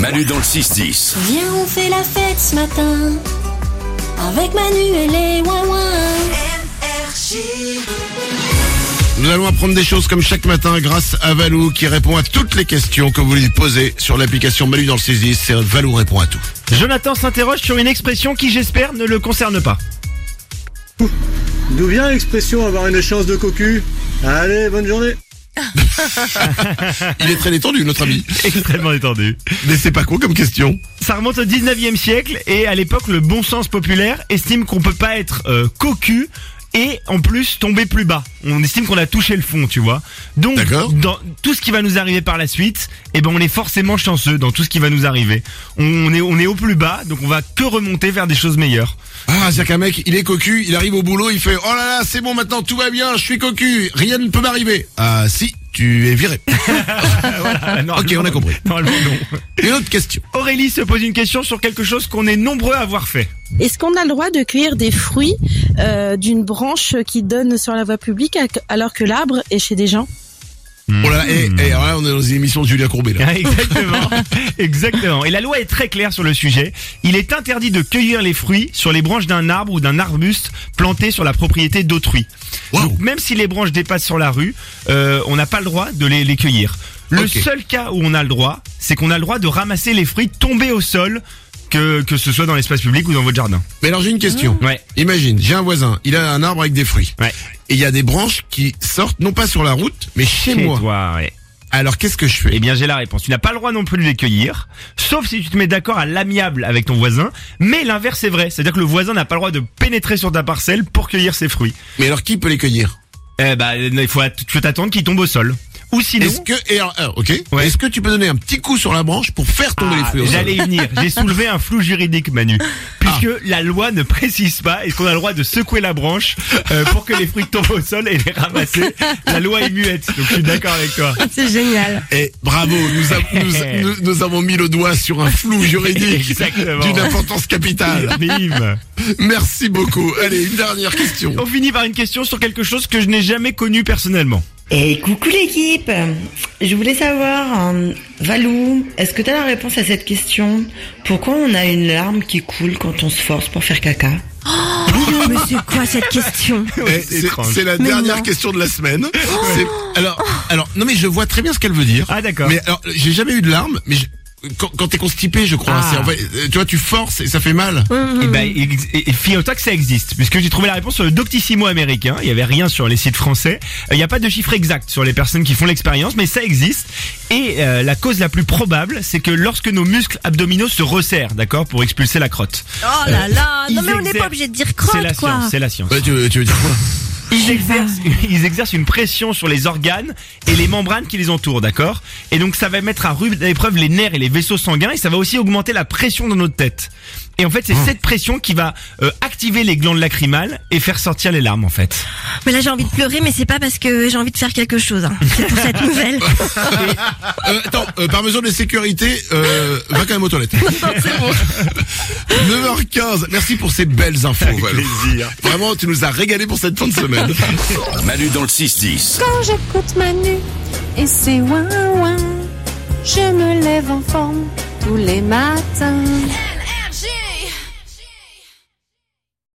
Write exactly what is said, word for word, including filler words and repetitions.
Manu dans le six dix. Viens, on fait la fête ce matin, avec Manu et les ouin-ouin. Nous allons apprendre des choses comme chaque matin grâce à Valou qui répond à toutes les questions que vous lui posez sur l'application Manu dans le six dix. C'est Valou répond à tout. Jonathan s'interroge sur une expression qui, j'espère, ne le concerne pas. D'où vient l'expression avoir une chance de cocu? Allez, bonne journée. Il est très détendu, notre ami. Extrêmement détendu. Mais c'est pas con comme question. Ça remonte au dix-neuvième siècle et à l'époque, le bon sens populaire estime qu'on peut pas être euh, cocu et en plus tomber plus bas. On estime qu'on a touché le fond, tu vois. Donc, D'accord. dans tout ce qui va nous arriver par la suite, eh ben on est forcément chanceux dans tout ce qui va nous arriver. On, on est on est au plus bas, donc on va que remonter vers des choses meilleures. Ah, c'est-à-dire qu'un mec, il est cocu, il arrive au boulot, il fait « Oh là là, c'est bon maintenant, tout va bien, je suis cocu, rien ne peut m'arriver. » Ah si, tu es viré. Voilà, Ok, on a compris. Normalement non. Une autre question. Aurélie se pose une question sur quelque chose qu'on est nombreux à avoir fait. Est-ce qu'on a le droit de cueillir des fruits euh, d'une branche qui donne sur la voie publique alors que l'arbre est chez des gens? Oh là là, et, et alors là, on est dans une émission de Julien Courbet, là. Exactement, exactement. Et la loi est très claire sur le sujet. Il est interdit de cueillir les fruits sur les branches d'un arbre ou d'un arbuste planté sur la propriété d'autrui. Wow. Donc, même si les branches dépassent sur la rue, euh, on n'a pas le droit de les, les cueillir. Le Okay. seul cas où on a le droit, c'est qu'on a le droit de ramasser les fruits tombés au sol, que, que ce soit dans l'espace public ou dans votre jardin. Mais alors j'ai une question. Ouais. Imagine, j'ai un voisin, il a un arbre avec des fruits. Ouais. Et il y a des branches qui sortent, non pas sur la route, mais chez, moi. toi, ouais. Alors qu'est-ce que je fais? Eh bien, j'ai la réponse. Tu n'as pas le droit non plus de les cueillir, sauf si tu te mets d'accord à l'amiable avec ton voisin. Mais l'inverse est vrai. C'est-à-dire que le voisin n'a pas le droit de pénétrer sur ta parcelle pour cueillir ses fruits. Mais alors qui peut les cueillir? Eh ben, il faut, att- tu peux t'attendre qu'ils tombent au sol. Ou sinon... Est-ce que, et alors, alors, ok. Ouais. Est-ce que tu peux donner un petit coup sur la branche pour faire tomber Ah, les fruits au sol? j'allais y venir. J'ai soulevé un flou juridique, Manu. Puisque Ah. la loi ne précise pas est-ce qu'on a le droit de secouer la branche euh, pour que les fruits tombent au sol et les ramasser. La loi est muette, donc je suis d'accord avec toi. C'est génial. Et bravo, nous, a- nous, nous, nous avons mis le doigt sur un flou juridique Exactement. d'une importance capitale. Bim. Merci beaucoup. Allez, une dernière question. On finit par une question sur quelque chose que je n'ai jamais connu personnellement. Et coucou l'équipe. Je voulais savoir, euh, Valou, est-ce que t'as la réponse à cette question? Pourquoi on a une larme qui coule quand on se force pour faire caca? Mais c'est quoi cette question? Eh, c'est c'est étrange. c'est la Mais dernière non. question de la semaine. C'est- alors, alors, non mais je vois très bien ce qu'elle veut dire. Ah, d'accord. Mais alors, j'ai jamais eu de larmes, mais je- quand, quand t'es constipé, je crois. Ah. C'est, en fait, euh, tu vois, tu forces et ça fait mal. Et ben, ex- et- et figure-toi que ça existe, puisque j'ai trouvé la réponse sur le Doctissimo américain. Il y avait rien sur les sites français. Euh, Il n'y a pas de chiffre exact sur les personnes qui font l'expérience, mais ça existe. Et euh, la cause la plus probable, c'est que lorsque nos muscles abdominaux se resserrent, d'accord, pour expulser la crotte. Oh là là. Ils Non mais on n'est exercent- pas obligé de dire C'est crotte la quoi. science, c'est la science. Ouais, tu, veux- tu veux dire quoi? Ils exercent, ils exercent une pression sur les organes et les membranes qui les entourent, d'accord? Et donc ça va mettre à rude épreuve les nerfs et les vaisseaux sanguins et ça va aussi augmenter la pression dans notre tête. Et en fait, c'est cette pression qui va euh, activer les glandes lacrymales et faire sortir les larmes, en fait. Mais là j'ai envie de pleurer, mais c'est pas parce que j'ai envie de faire quelque chose. Hein. C'est pour cette nouvelle. Euh, attends, euh, par mesure de sécurité, euh, va quand même aux toilettes. neuf heures quinze, merci pour ces belles infos, Valou. plaisir. Vraiment, tu nous as régalé pour cette fin de semaine. Manu dans le six dix. Quand j'écoute Manu et ses ouin-ouin, je me lève en forme tous les matins.